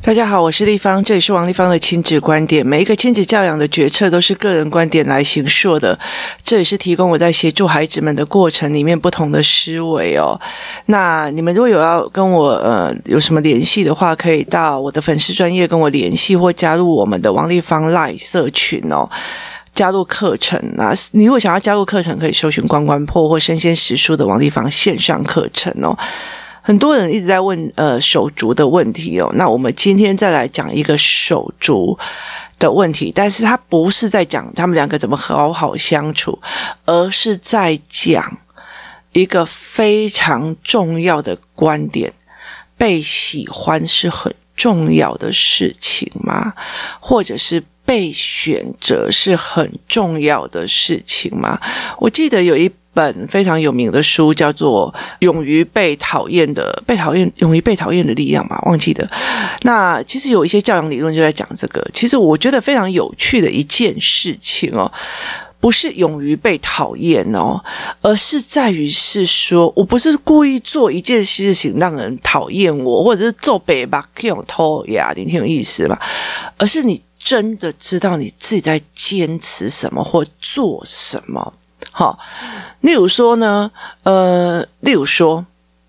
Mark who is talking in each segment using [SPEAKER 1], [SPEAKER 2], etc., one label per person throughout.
[SPEAKER 1] 大家好，我是立方，这里是王立方的亲子观点。每一个亲子教养的决策都是个人观点来形塑的，这也是提供我在协助孩子们的过程里面不同的思维哦。那你们如果有要跟我有什么联系的话，可以到我的粉丝专页跟我联系，或加入我们的王立方 LINE 社群哦。加入课程啊，你如果想要加入课程，可以搜寻关关破或生鲜识书的王立方线上课程哦。很多人一直在问手足的问题哦，那我们今天再来讲一个手足的问题，但是他不是在讲他们两个怎么好好相处，而是在讲一个非常重要的观点：被喜欢是很重要的事情吗？或者是被选择是很重要的事情吗？我记得有一本非常有名的书叫做勇于被讨厌的力量吧，忘记了。那其实有一些教养理论就在讲这个，其实我觉得非常有趣的一件事情哦，不是勇于被讨厌哦，而是在于是说我不是故意做一件事情让人讨厌我，或者是做北吧这种偷呀，你挺有意思吧？而是你真的知道你自己在坚持什么或做什么。好，例如说呢，例如说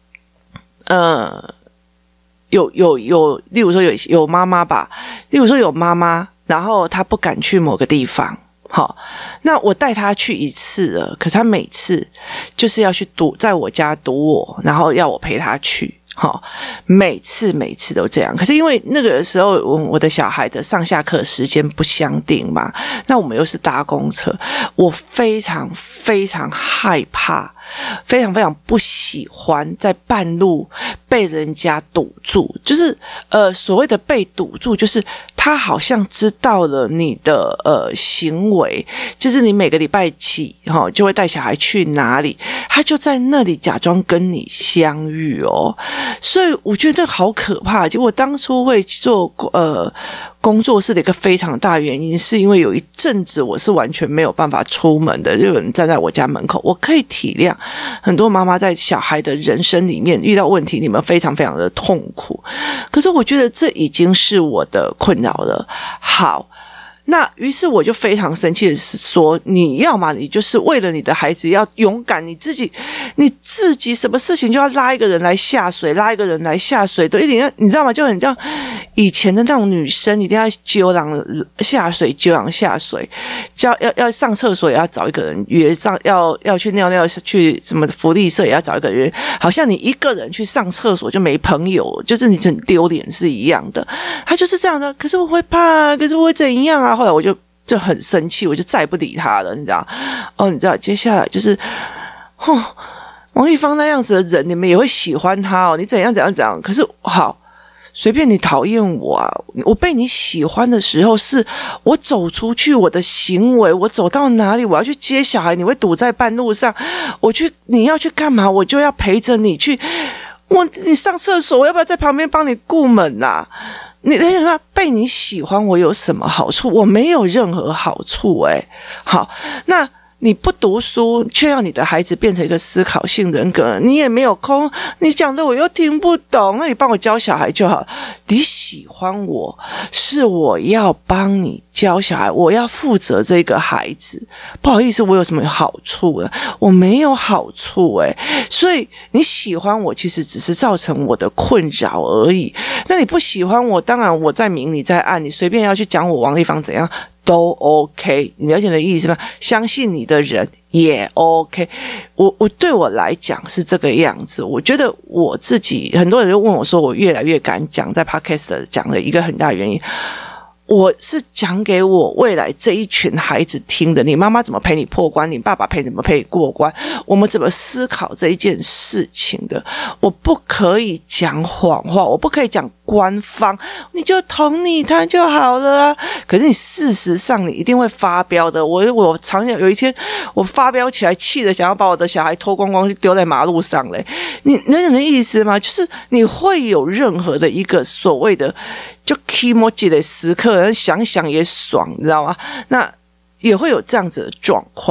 [SPEAKER 1] 有妈妈吧，例如说有妈妈，然后她不敢去某个地方，好，那我带她去一次了，可是她每次就是要去在我家堵我，然后要我陪她去。好，每次都这样。可是因为那个时候我的小孩的上下课时间不相定嘛，那我们又是搭公车，我非常害怕，非常不喜欢在半路被人家堵住。就是所谓的被堵住，就是他好像知道了你的行为，就是你每个礼拜几就会带小孩去哪里，他就在那里假装跟你相遇哦。所以我觉得好可怕。结果当初会做工作室的一个非常大原因，是因为有一阵子我是完全没有办法出门的，就有人站在我家门口。我可以体谅很多妈妈在小孩的人生里面遇到问题，你们非常的痛苦，可是我觉得这已经是我的困扰了。好，那于是我就非常生气的是说，你要嘛你就是为了你的孩子要勇敢，你自己什么事情就要拉一个人来下水，都一定要，你知道吗？就很像以前的那种女生一定要揪人下水，要上厕所也要找一个人约，要去尿尿，去什么福利社也要找一个人，好像你一个人去上厕所就没朋友，就是你很丢脸是一样的。他就是这样的，可是我会怕，可是我会怎样啊？后来我就很生气，我就再也不理他了，你知道？哦，你知道接下来就是，王立方那样子的人，你们也会喜欢他哦？你怎样？可是好，随便你讨厌我啊！我被你喜欢的时候，是我走出去，我的行为，我走到哪里，我要去接小孩，你会堵在半路上，你要去干嘛，我就要陪着你去。你上厕所，我要不要在旁边帮你顾门啊？你被你喜欢，我有什么好处？我没有任何好处好，那你不读书，却要你的孩子变成一个思考性人格，你也没有空，你讲的我又听不懂，那你帮我教小孩就好。你喜欢我，是我要帮你教小孩，我要负责这个孩子。不好意思，我有什么好处呢？我没有好处所以你喜欢我，其实只是造成我的困扰而已。那你不喜欢我，当然我在明你在暗，你随便要去讲我王立方怎样都 OK， 你了解的意思吗？相信你的人也 OK。我对我来讲是这个样子。我觉得我自己，很多人就问我说，我越来越敢讲，在 Podcast 讲的一个很大原因，我是讲给我未来这一群孩子听的。你妈妈怎么陪你破关，你爸爸怎么陪你过关，我们怎么思考这一件事情的。我不可以讲谎话，我不可以讲官方，你就同理他就好了啊。可是你事实上你一定会发飙的。我常常有一天我发飙起来，气得想要把我的小孩脱光光丢在马路上嘞。你能懂的意思吗？就是你会有任何的一个所谓的就 kimoji 的时刻，想想也爽，你知道吗？那也会有这样子的状况。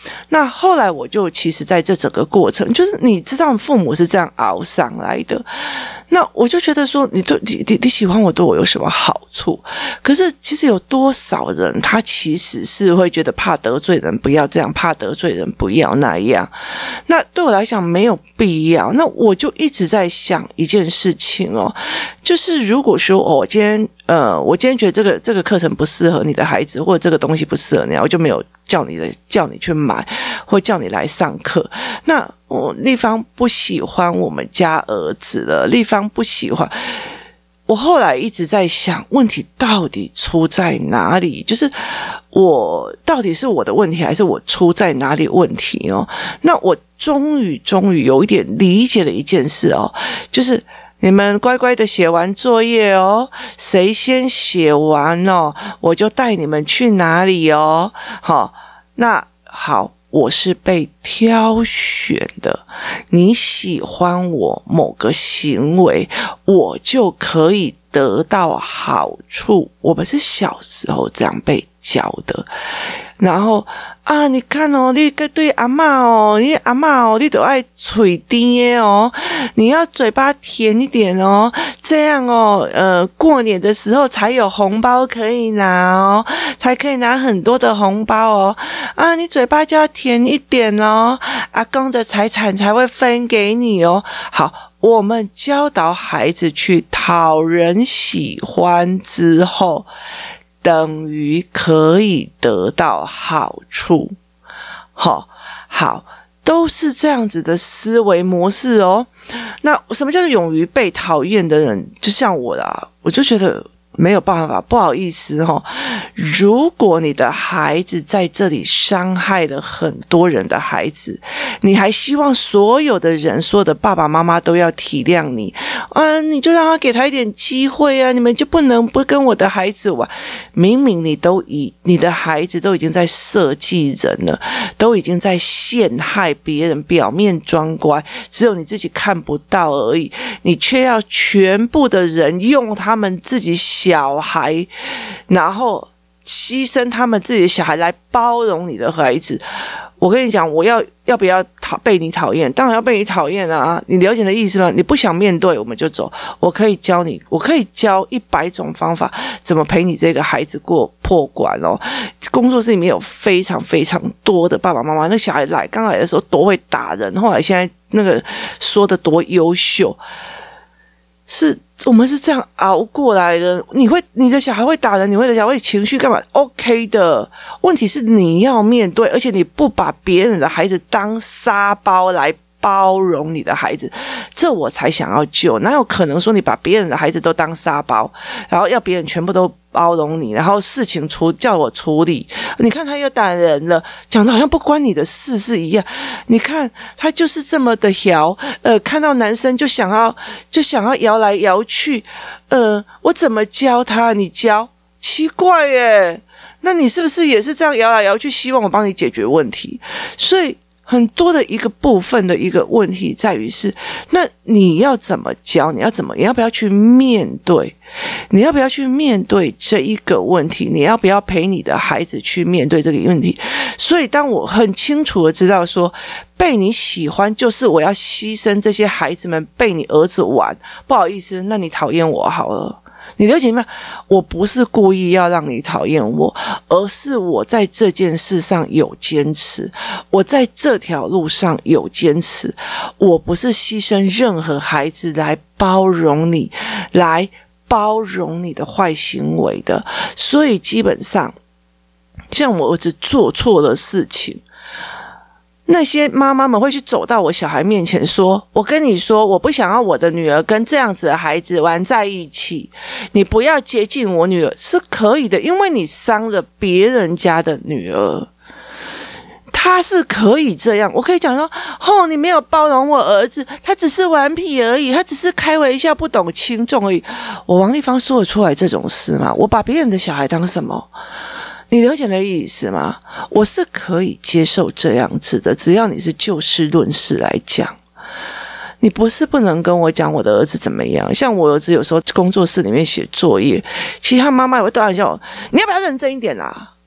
[SPEAKER 1] 那后来我就其实在这整个过程，就是你知道父母是这样熬上来的，那我就觉得说你喜欢我对我有什么好处？可是其实有多少人他其实是会觉得怕得罪人不要这样，怕得罪人不要那样，那对我来讲没有必要。那我就一直在想一件事情哦，就是如果说我今天觉得这个课程不适合你的孩子，或者这个东西不适合你，我就没有叫你去买，或叫你来上课。那立方不喜欢我们家儿子了，立方不喜欢。我后来一直在想，问题到底出在哪里？就是我到底是我的问题，还是我出在哪里问题哦？那我终于有一点理解了一件事哦，就是你们乖乖的写完作业哦，谁先写完哦，我就带你们去哪里哦。好，那好，我是被挑选的，你喜欢我某个行为，我就可以得到好处。我们是小时候这样被教的。然后你看哦，你对阿嬷哦，你阿嬷哦，你都爱嘴甜的哦，你要嘴巴甜一点哦，这样哦，过年的时候才有红包可以拿哦，才可以拿很多的红包哦。你嘴巴就要甜一点哦，阿公的财产才会分给你哦。好，我们教导孩子去讨人喜欢之后，等于可以得到好处。好，都是这样子的思维模式哦。那什么叫做勇于被讨厌的人？就像我啦，我就觉得没有办法，不好意思哦。如果你的孩子在这里伤害了很多人的孩子，你还希望所有的人，所有的爸爸妈妈都要体谅你，你就让他给他一点机会啊！你们就不能不跟我的孩子玩？明明你的孩子都已经在设计人了，都已经在陷害别人，表面装乖，只有你自己看不到而已，你却要全部的人用他们自己小孩，然后牺牲他们自己的小孩来包容你的孩子。我跟你讲，我要不要被你讨厌？当然要被你讨厌啊！你了解的意思吗？你不想面对，我们就走。我可以教你，我可以教100种方法，怎么陪你这个孩子过破关哦。工作室里面有非常非常多的爸爸妈妈，那小孩刚来的时候多会打人，后来现在那个说的多优秀，我们是这样熬过来的。你的小孩会打人，你的小孩会情绪干嘛 ？OK 的。问题是你要面对，而且你不把别人的孩子当沙包来包容你的孩子，这我才想要救。哪有可能说你把别人的孩子都当沙包，然后要别人全部都包容你，然后事情叫我处理？你看他又打人了，讲的好像不关你的事是一样。你看他就是这么的摇，看到男生就想要摇来摇去，我怎么教他？你教？奇怪耶，那你是不是也是这样摇来摇去，希望我帮你解决问题？所以很多的一个部分的一个问题在于是，那你要怎么教？你要不要去面对？你要不要去面对这一个问题？你要不要陪你的孩子去面对这个问题？所以当我很清楚的知道说，被你喜欢就是我要牺牲这些孩子们被你儿子玩，不好意思，那你讨厌我好了。你了解吗？我不是故意要让你讨厌我，而是我在这件事上有坚持，我在这条路上有坚持，我不是牺牲任何孩子来包容你，来包容你的坏行为的。所以基本上，像我儿子做错了事情，那些妈妈们会去走到我小孩面前说，我跟你说，我不想要我的女儿跟这样子的孩子玩在一起，你不要接近我女儿。是可以的，因为你伤了别人家的女儿，他是可以这样。我可以讲说，你没有包容我儿子，他只是顽皮而已，他只是开玩笑不懂轻重而已。我王丽芳说得出来这种事吗？我把别人的小孩当什么？你了解的意思吗？我是可以接受这样子的，只要你是就事论事来讲。你不是不能跟我讲我的儿子怎么样。像我儿子有时候工作室里面写作业，其实他妈妈也会突然叫我，你要不要认真一点啦？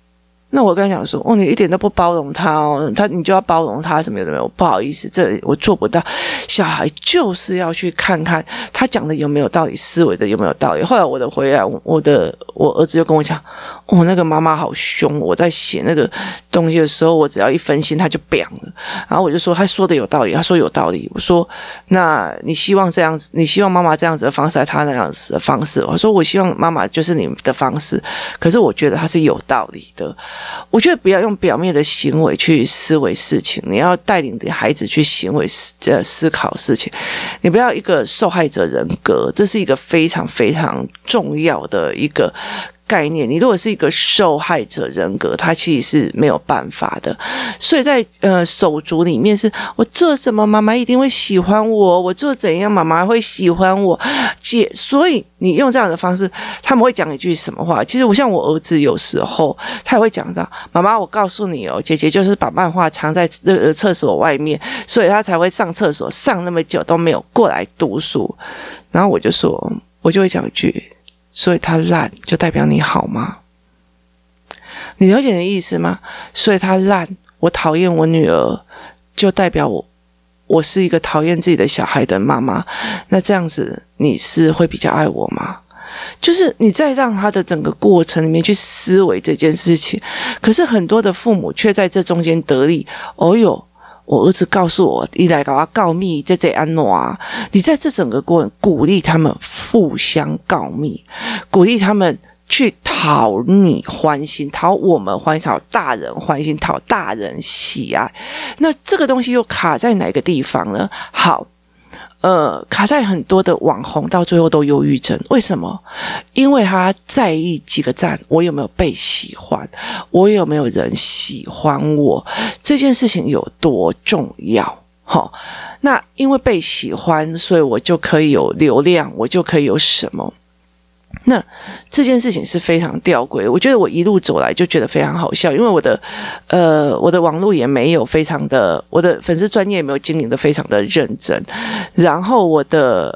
[SPEAKER 1] 那我跟他讲说，你一点都不包容他哦，你就要包容他什么有的没有，不好意思，这我做不到。小孩就是要去看看他讲的有没有道理，思维的有没有道理。后来我回来，我儿子就跟我讲，那个妈妈好凶，我在写那个东西的时候，我只要一分心，他就砰了。然后我就说，他说的有道理，他说有道理。我说，那你希望这样子，你希望妈妈这样子的方式，还是他那样子的方式？我说，我希望妈妈就是你的方式，可是我觉得他是有道理的。我觉得不要用表面的行为去思维事情，你要带领你的孩子去思考事情，你不要一个受害者人格，这是一个非常非常重要的一个概念。你如果是一个受害者人格，他其实是没有办法的。所以在手足里面是，我做什么妈妈一定会喜欢我，我做怎样妈妈会喜欢我所以你用这样的方式，他们会讲一句什么话？其实像我儿子有时候他也会讲这样，妈妈我告诉你哦，姐姐就是把漫画藏在厕所外面，所以他才会上厕所上那么久都没有过来读书。然后我就会讲一句，所以他烂就代表你好吗？你了解的意思吗？所以他烂，我讨厌我女儿，就代表我是一个讨厌自己的小孩的妈妈。那这样子你是会比较爱我吗？就是你在让他的整个过程里面去思维这件事情，可是很多的父母却在这中间得利。我儿子告诉我，一来搞我告密，这安诺啊！你在这整个过程鼓励他们互相告密，鼓励他们去讨你欢心，讨我们欢心，讨大人欢心，讨大人喜爱。那这个东西又卡在哪个地方呢？好。卡在很多的网红到最后都忧郁症，为什么？因为他在意几个赞，我有没有被喜欢，我有没有人喜欢我，这件事情有多重要。那因为被喜欢，所以我就可以有流量，我就可以有什么。那这件事情是非常吊诡，我觉得我一路走来就觉得非常好笑，因为我的网络也没有非常的，我的粉丝专页也没有经营的非常的认真，然后我的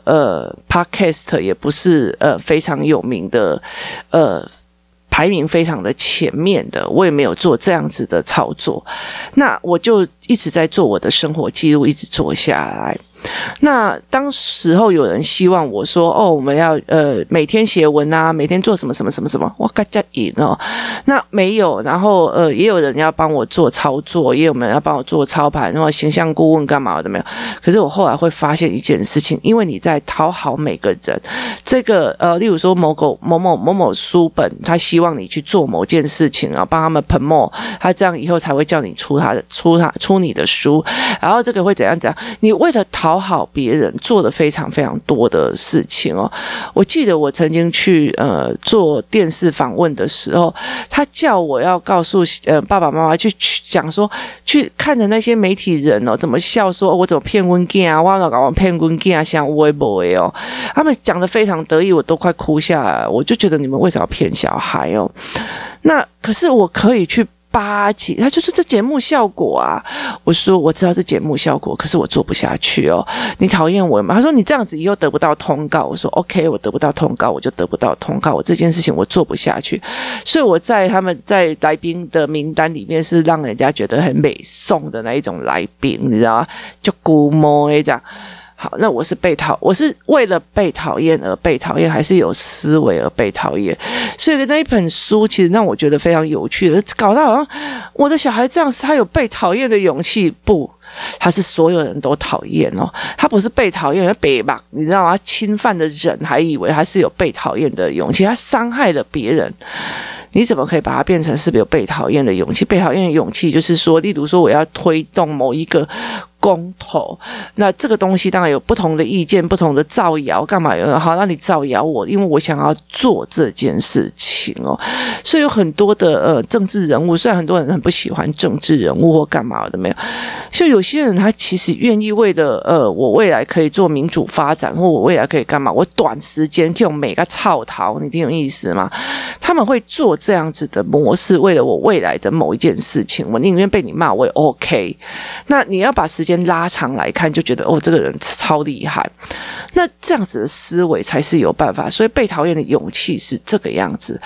[SPEAKER 1] podcast 也不是非常有名的排名非常的前面的，我也没有做这样子的操作，那我就一直在做我的生活记录，一直做下来。那当时候有人希望我说我们要每天写文啊，每天做什么什么什么什么，哇嘎加瘾哦。那没有，然后也有人要帮我做操作，也有人要帮我做操盘，然后形象顾问干嘛的没有。可是我后来会发现一件事情，因为你在讨好每个人，这个例如说某某书本，他希望你去做某件事情啊，帮他们 promote， 他这样以后才会叫你出你的书，然后这个会怎样，你为了讨好别人做了非常非常多的事情哦。我记得我曾经去做电视访问的时候，他叫我要告诉爸爸妈妈去讲说，去看着那些媒体人哦怎么笑说我怎么骗阮囝啊，我搞骗阮囝像有的没的哦，他们讲得非常得意，我都快哭下来，我就觉得你们为什么要骗小孩哦？那可是我可以去巴结他，就是这节目效果啊。我说我知道是节目效果，可是我做不下去哦。你讨厌我吗？他说你这样子以后得不到通告。我说 OK， 我得不到通告我就得不到通告，我这件事情我做不下去。所以我在他们在来宾的名单里面是让人家觉得很美颂的那一种来宾，你知道吗？就估摸这样。好，那我是为了被讨厌而被讨厌，还是有思维而被讨厌？所以那一本书其实让我觉得非常有趣的，搞到好像我的小孩这样子，他有被讨厌的勇气，不，他是所有人都讨厌哦，他不是被讨厌，被骂，你知道吗？他侵犯的人还以为他是有被讨厌的勇气，他伤害了别人。你怎么可以把它变成是有被讨厌的勇气？被讨厌的勇气就是说，例如说我要推动某一个公投，那这个东西当然有不同的意见，不同的造谣，干嘛有？好，那你造谣我，因为我想要做这件事情哦。所以有很多的政治人物，虽然很多人很不喜欢政治人物或干嘛的没有，就有些人他其实愿意为了我未来可以做民主发展，或我未来可以干嘛，我短时间就每个操逃，你听有意思吗？他们会做这样子的模式，为了我未来的某一件事情，我宁愿被你骂我也 OK。那你要把时间拉长来看，就觉得这个人超厉害。那这样子的思维才是有办法，所以被讨厌的勇气是这个样子。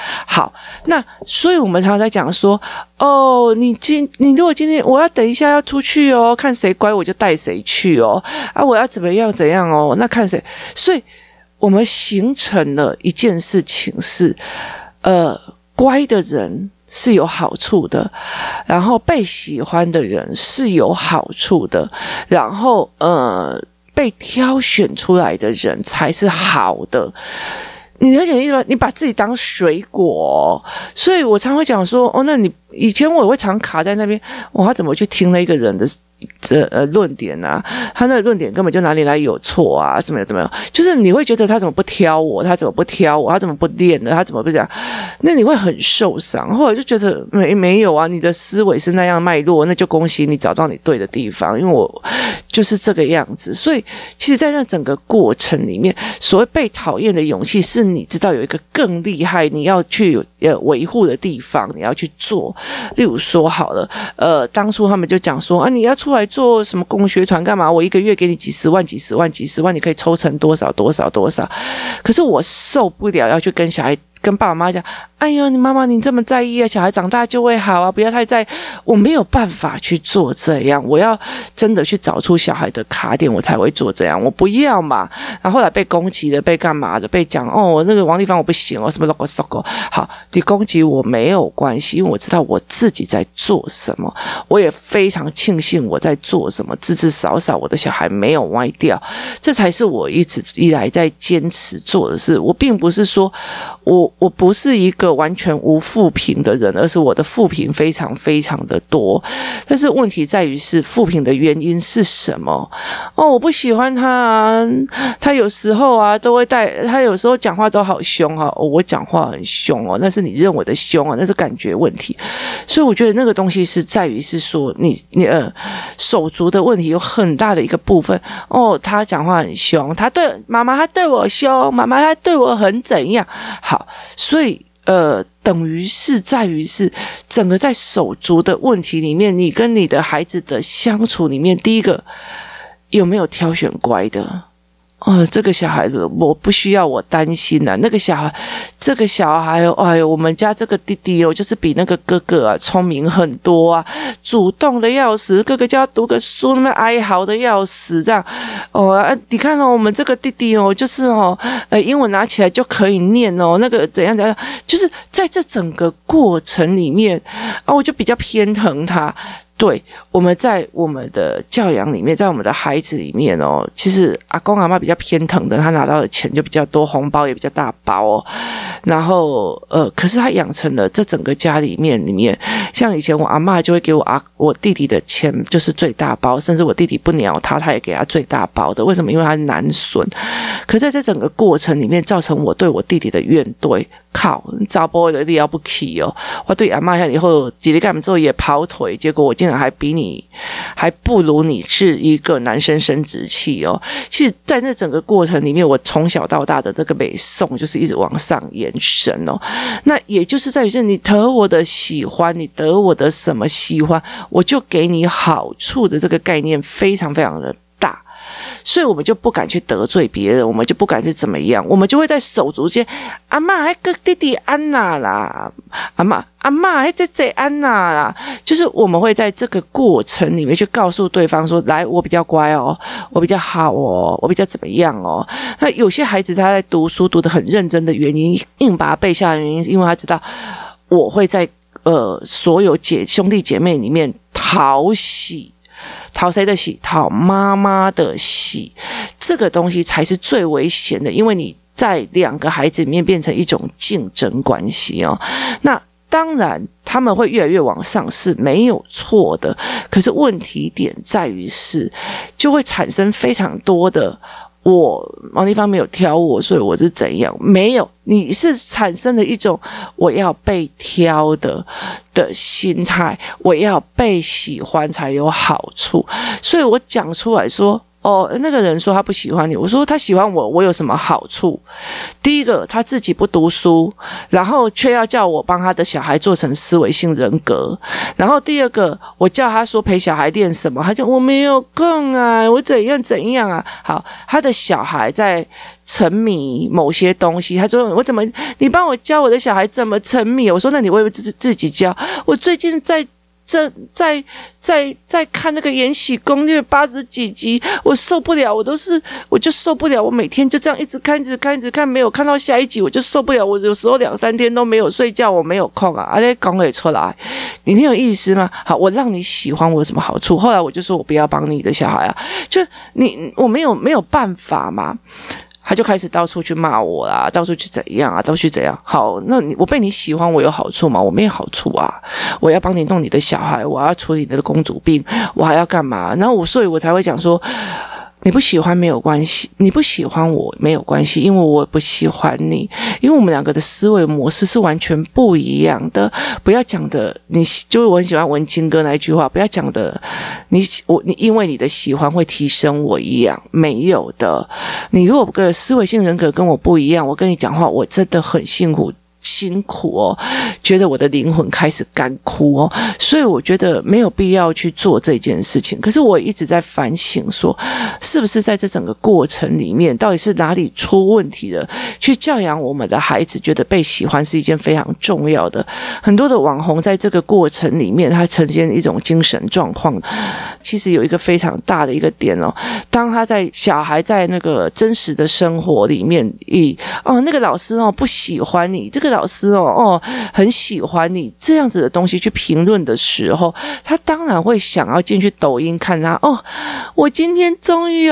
[SPEAKER 1] 好，那所以我们常常在讲说，哦，你如果今天我要等一下要出去哦，看谁乖我就带谁去哦，啊，我要怎么样怎样哦，那看谁，所以我们形成了一件事情是，乖的人是有好处的，然后被喜欢的人是有好处的，然后被挑选出来的人才是好的。你了解意思吗？你把自己当水果，所以我常会讲说，那你以前我也会常卡在那边，他怎么去听了一个人的论点啊？他那个论点根本就哪里来有错啊？什么怎么样？就是你会觉得他怎么不挑我？他怎么不挑我？他怎么不练了？他怎么不这样？那你会很受伤。后来就觉得没有啊，你的思维是那样脉络，那就恭喜你找到你对的地方，因为我就是这个样子。所以其实在那整个过程里面，所谓被讨厌的勇气，是你知道有一个更厉害你要去维护的地方，你要去做。例如说好了，当初他们就讲说啊，你要出来做什么工学团干嘛？我一个月给你几十万，你可以抽成多少。可是我受不了要去跟小孩跟爸爸妈妈讲，哎呦，你妈妈你这么在意啊，小孩长大就会好啊，不要太在意。我没有办法去做这样，我要真的去找出小孩的卡点，我才会做这样。我不要嘛，然后后来被攻击的，被干嘛的，被讲那个王地方我不行哦，什么 logo。好，你攻击我没有关系，因为我知道我自己在做什么，我也非常庆幸我在做什么，至少我的小孩没有歪掉，这才是我一直以来在坚持做的事。我并不是说我不是一个完全无负评的人，而是我的负评非常非常的多。但是问题在于是负评的原因是什么？我不喜欢他啊，他有时候啊都会他有时候讲话都好凶啊，我讲话很凶哦，那是你认为的凶啊，那是感觉问题。所以我觉得那个东西是在于是说你手足的问题有很大的一个部分。他讲话很凶，他对妈妈他对我凶，妈妈他对我很怎样。好，所以等于是在于是整个在手足的问题里面，你跟你的孩子的相处里面，第一个有没有挑选乖的？这个小孩子我不需要我担心啊，这个小孩哎呦，我们家这个弟弟就是比那个哥哥啊聪明很多啊，主动的要死，哥哥就要读个书那么哀嚎的要死这样。你看我们这个弟弟就是英文拿起来就可以念那个怎样，就是在这整个过程里面我就比较偏疼他。对，我们在我们的教养里面，在我们的孩子里面其实阿公阿嬷比较偏疼的，他拿到的钱就比较多，红包也比较大包然后可是他养成了这整个家里面，像以前我阿嬷就会给我弟弟的钱就是最大包，甚至我弟弟不鸟他也给他最大包的。为什么？因为他是男孙。可在这整个过程里面，造成我对我弟弟的怨怼。靠，查甫的你了不起我对阿嬷以后几日干做也跑腿，结果我竟然还不如你是一个男生生殖器其实在那整个过程里面，我从小到大的这个北宋就是一直往上延伸那也就是在于是你得我的喜欢，你得我的什么喜欢，我就给你好处的这个概念非常非常的大。所以我们就不敢去得罪别人，我们就不敢去怎么样，我们就会在手足间，阿嬷还跟弟弟安娜啦，阿嬷还在安娜啦，就是我们会在这个过程里面去告诉对方说，来，我比较乖我比较好我比较怎么样那有些孩子他在读书读得很认真的原因，硬把它背下的原因，因为他知道我会在所有兄弟姐妹里面讨喜。讨谁的喜？讨妈妈的喜，这个东西才是最危险的，因为你在两个孩子里面变成一种竞争关系那当然他们会越来越往上是没有错的，可是问题点在于是就会产生非常多的王地方没有挑我，所以我是怎样？没有，你是产生了一种我要被挑的心态，我要被喜欢才有好处。所以我讲出来说， 哦，那个人说他不喜欢你，我说他喜欢我，我有什么好处？第一个，他自己不读书，然后却要叫我帮他的小孩做成思维性人格。然后第二个，我叫他说陪小孩练什么，他就我没有空啊，我怎样啊。好，他的小孩在沉迷某些东西，他说我怎么，你帮我教我的小孩怎么沉迷？我说那你会不会自己教？我最近在看那个《延禧攻略》80几集，我受不了，我就受不了，我每天就这样一直看，没有看到下一集我就受不了，我有时候2-3天都没有睡觉，我没有空啊，啊，你讲得出来，你挺有意思吗？好，我让你喜欢我有什么好处？后来我就说我不要帮你的小孩啊，就我没有办法嘛。他就开始到处去骂我啦，到处去怎样啊，到处去怎样。好，那我被你喜欢，我有好处吗？我没有好处啊！我要帮你弄你的小孩，我要处理你的公主病，我还要干嘛？然后所以我才会讲说，你不喜欢没有关系，你不喜欢我没有关系，因为我不喜欢你，因为我们两个的思维模式是完全不一样的。不要讲的，就是我很喜欢文青哥那一句话，不要讲的，你因为你的喜欢会提升我一样，没有的。你如果个思维性人格跟我不一样，我跟你讲话，我真的很辛苦哦，觉得我的灵魂开始干枯哦，所以我觉得没有必要去做这件事情。可是我一直在反省说，是不是在这整个过程里面，到底是哪里出问题了？去教养我们的孩子，觉得被喜欢是一件非常重要的。很多的网红在这个过程里面，他呈现一种精神状况，其实有一个非常大的一个点哦，当他在小孩在那个真实的生活里面，那个老师不喜欢你，这个老师很喜欢你这样子的东西去评论的时候，他当然会想要进去抖音看他我今天终于有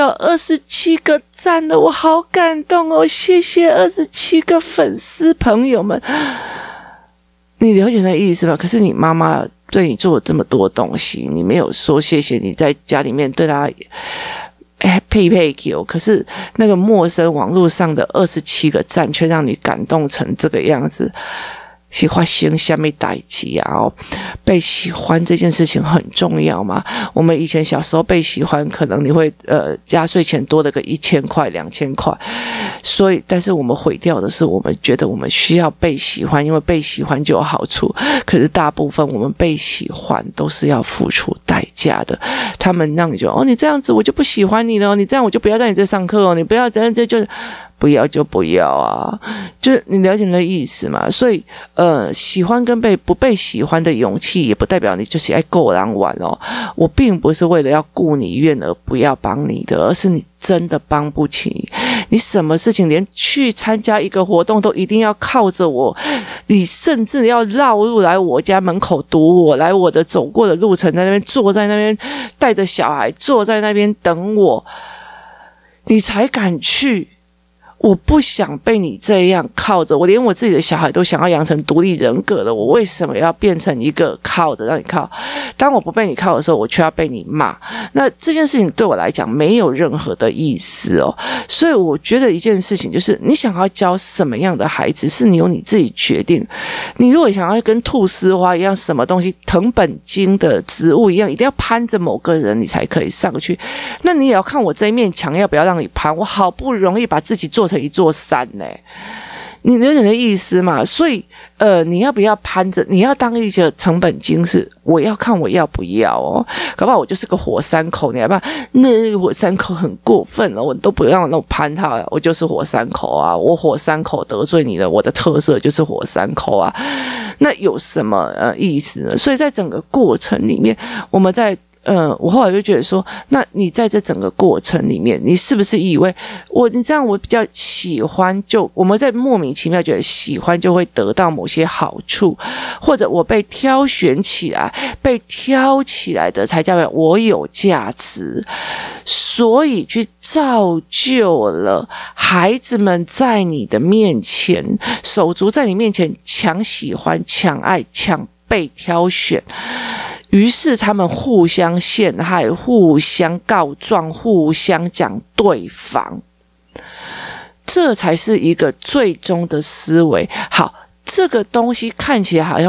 [SPEAKER 1] 27个赞了，我好感动哦，谢谢27个粉丝朋友们。你了解那意思吗？可是你妈妈对你做了这么多东西，你没有说谢谢，你在家里面对她配 Q， 可是那个陌生网络上的27个赞却让你感动成这个样子，是发生什么代志啊？被喜欢这件事情很重要嘛。我们以前小时候被喜欢，可能你会压岁钱多了个1000块、2000块，所以但是我们毁掉的是，我们觉得我们需要被喜欢，因为被喜欢就有好处。可是大部分我们被喜欢都是要付出代价的。他们让你觉得你这样子我就不喜欢你了，你这样我就不要在你这上课哦，你不要这样就是不要就不要啊，就是你了解那意思嘛？所以喜欢跟不被喜欢的勇气，也不代表你就是爱够人玩哦。我并不是为了要顾你愿而不要帮你的，而是你真的帮不起。你什么事情连去参加一个活动都一定要靠着我，你甚至要绕路来我家门口堵我，来我的走过的路程，在那边坐在那边带着小孩坐在那边等我，你才敢去。我不想被你这样靠着，我连我自己的小孩都想要养成独立人格了，我为什么要变成一个靠着让你靠？当我不被你靠的时候，我却要被你骂。那这件事情对我来讲没有任何的意思哦。所以我觉得一件事情就是，你想要教什么样的孩子，是你由你自己决定。你如果想要跟菟丝花一样，什么东西藤本茎的植物一样，一定要攀着某个人你才可以上去，那你也要看我这一面墙要不要让你攀。我好不容易把自己做成一座山呢，你了解的意思嘛？所以你要不要攀着？你要当一个成本金是我要看我要不要哦。搞不好我就是个火山口，你害怕那火山口很过分了，我都不让我攀它，我就是火山口啊，我火山口得罪你了，我的特色就是火山口啊，那有什么意思呢？所以在整个过程里面，我们在我后来就觉得说，那你在这整个过程里面，你是不是以为你这样我比较喜欢，就我们在莫名其妙觉得喜欢就会得到某些好处，或者我被挑选起来，被挑起来的才叫我有价值，所以去造就了孩子们在你的面前，手足在你面前抢喜欢、抢爱、抢被挑选。于是他们互相陷害，互相告状，互相讲对方，这才是一个最终的思维。好，这个东西看起来好像是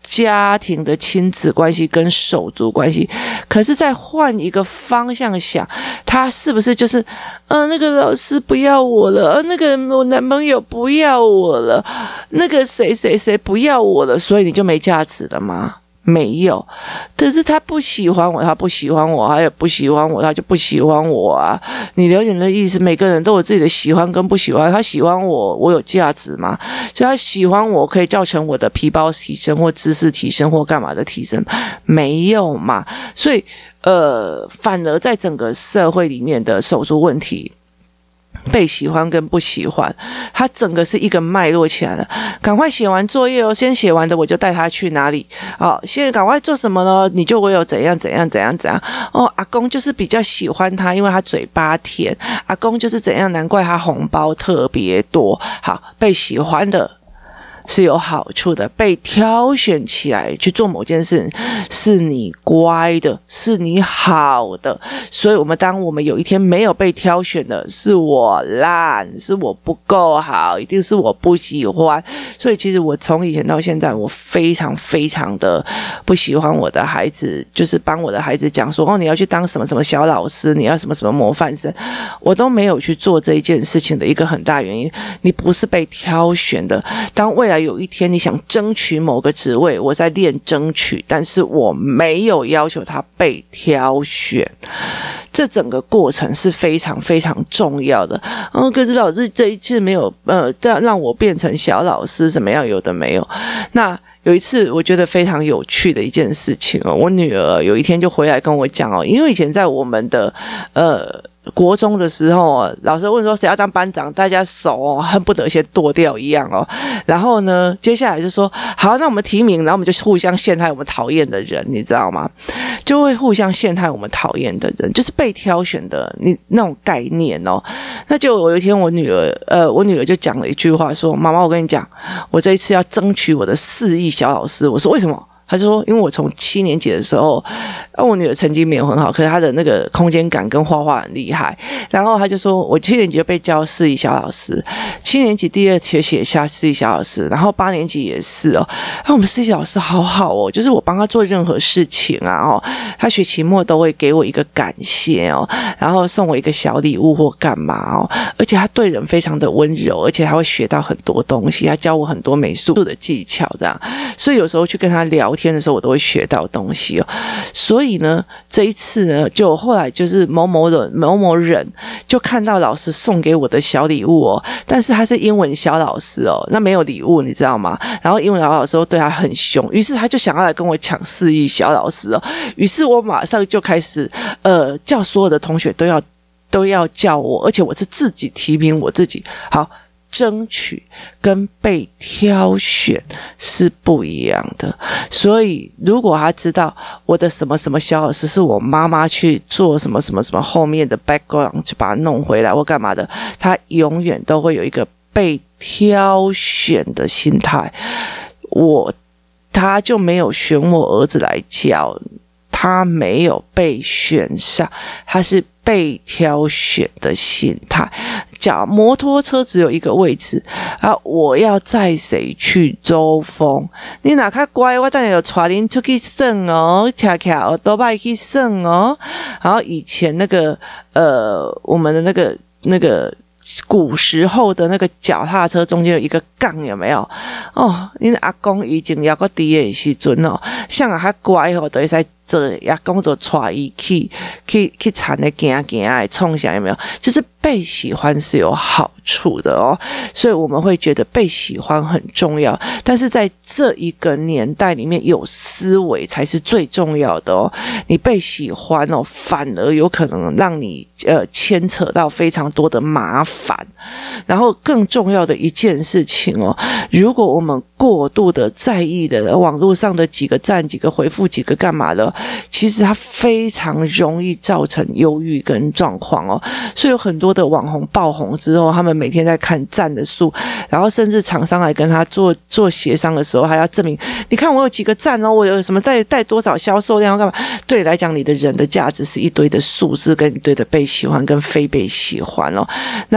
[SPEAKER 1] 家庭的亲子关系跟手足关系，可是再换一个方向想，他是不是就是那个老师不要我了，那个我男朋友不要我了，那个谁谁谁不要我了，所以你就没价值了吗？没有，可是他不喜欢我，他不喜欢我，他也不喜欢我，他就不喜欢我啊！你了解的意思？每个人都有自己的喜欢跟不喜欢。他喜欢我，我有价值吗？所以他喜欢我，可以造成我的皮包提升或知识提升或干嘛的提升？没有嘛？所以反而在整个社会里面的手足问题。被喜欢跟不喜欢，它整个是一个脉络起来的。赶快写完作业哦，先写完的我就带他去哪里？现在赶快做什么呢？你就会有怎样怎样怎样怎样哦。阿公就是比较喜欢他，因为他嘴巴甜。阿公就是怎样，难怪他红包特别多。好，被喜欢的是有好处的，被挑选起来去做某件事是你乖的，是你好的。所以当我们有一天没有被挑选的，是我烂，是我不够好，一定是我不喜欢。所以其实我从以前到现在，我非常非常的不喜欢我的孩子，就是帮我的孩子讲说你要去当什么什么小老师，你要什么什么模范生，我都没有去做这一件事情的一个很大原因，你不是被挑选的。当未来有一天你想争取某个职位，我在练争取，但是我没有要求他被挑选，这整个过程是非常非常重要的。可是老师这一次没有让我变成小老师怎么样，有的没有。那有一次我觉得非常有趣的一件事情我女儿有一天就回来跟我讲因为以前在我们的国中的时候老师问说谁要当班长，大家手恨不得先剁掉一样然后呢接下来就说好，那我们提名，然后我们就互相陷害我们讨厌的人，你知道吗？就会互相陷害我们讨厌的人，就是被挑选的你那种概念那就有一天我女儿就讲了一句话说，妈妈我跟你讲，我这一次要争取我的4亿小老师。我说为什么？他说因为我从7年级的时候我女儿成绩没有很好，可是她的那个空间感跟画画很厉害，然后他就说我7年级就被教4亿小老师，7年级第2学期也下4亿小老师，然后8年级也是我们4亿老师好好就是我帮他做任何事情他学期末都会给我一个感谢然后送我一个小礼物或干嘛而且他对人非常的温柔，而且他会学到很多东西，他教我很多美术的技巧这样，所以有时候去跟他聊天的时候我都会学到东西所以呢这一次呢就后来就是某某人就看到老师送给我的小礼物但是他是英文小老师那没有礼物你知道吗？然后英文小老师对他很凶，于是他就想要来跟我抢4亿小老师于是我马上就开始叫所有的同学都要叫我，而且我是自己提名我自己。好，争取跟被挑选是不一样的，所以如果他知道我的什么什么小老师是我妈妈去做什么什么什么后面的 background 就把它弄回来或干嘛的，他永远都会有一个被挑选的心态。他就没有选我儿子来教，他没有被选上，他是被挑选的心态。讲摩托车只有一个位置我要载谁去兜风？你哪较乖，我等下就带你出去耍骑骑都拜去耍然后以前那个我们的那个古时候的那个脚踏车中间有一个杠，有没有？你阿公以前也个低的时阵像较乖都会使做，阿公就带伊去田的行的冲下，有没有？就是被喜欢是有好处的所以我们会觉得被喜欢很重要，但是在这一个年代里面，有思维才是最重要的你被喜欢反而有可能让你牵扯到非常多的麻烦。然后更重要的一件事情如果我们过度的在意的网络上的几个赞、几个回复、几个干嘛的，其实它非常容易造成忧郁跟状况所以有很多的网红爆红之后，他们每天在看赞的数，然后甚至厂商来跟他做协商的时候，还要证明你看我有几个赞我有什么带多少销售量干嘛。对你来讲，你的人的价值是一堆的数字跟一堆的被喜欢跟非被喜欢那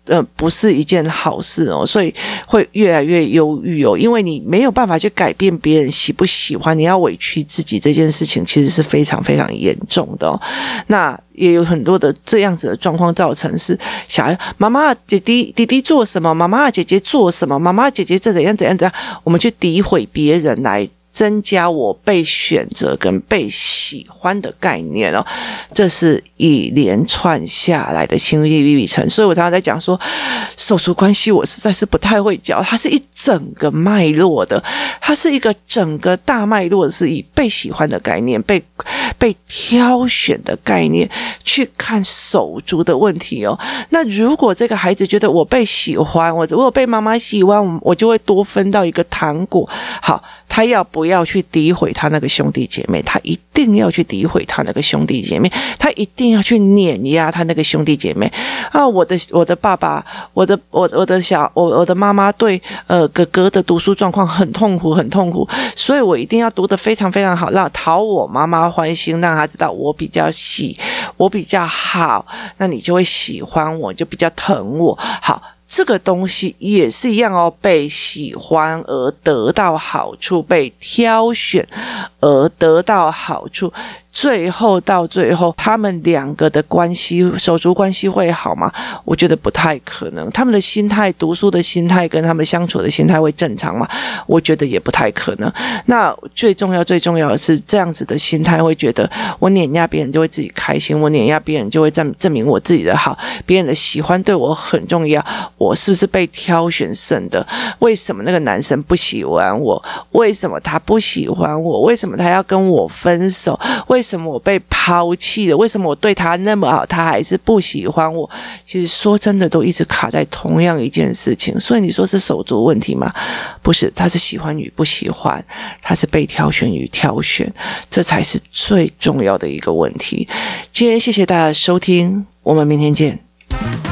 [SPEAKER 1] 不是一件好事哦，所以会越来越忧郁哦，因为你没有办法去改变别人喜不喜欢，你要委屈自己这件事情其实是非常非常严重的哦。那也有很多的这样子的状况造成是小孩妈妈弟弟做什么，妈妈姐姐做什么，妈妈姐姐这怎样，我们去诋毁别人来增加我被选择跟被喜欢的概念哦，这是一连串下来的心理历程。所以我常常在讲说，手足关系我实在是不太会教，它是一整个脉络的，它是一个整个大脉络，是以被喜欢的概念、被挑选的概念去看手足的问题哦。那如果这个孩子觉得我被喜欢，我如果被妈妈喜欢，我就会多分到一个糖果。好，他要不要去诋毁他那个兄弟姐妹？他一定要去诋毁他那个兄弟姐妹，他一定要去碾压他那个兄弟姐妹啊！我的爸爸，我的妈妈对哥哥的读书状况很痛苦，所以我一定要读得非常非常好，让讨我妈妈欢心，让他知道我比较好，那你就会喜欢我，就比较疼我。好。这个东西也是一样哦，被喜欢而得到好处，被挑选而得到好处，到最后他们两个的关系，手足关系会好吗？我觉得不太可能。他们的心态，读书的心态跟他们相处的心态会正常吗？我觉得也不太可能。那最重要的是，这样子的心态会觉得我碾压别人就会自己开心，我碾压别人就会证明我自己的好，别人的喜欢对我很重要，我是不是被挑选剩的？为什么那个男生不喜欢我？为什么他不喜欢我？为什么他要跟我分手？为什么我被抛弃了？为什么我对他那么好，他还是不喜欢我？其实说真的，都一直卡在同样一件事情。所以你说是手足问题吗？不是，他是喜欢与不喜欢，他是被挑选与挑选，这才是最重要的一个问题。今天谢谢大家的收听，我们明天见。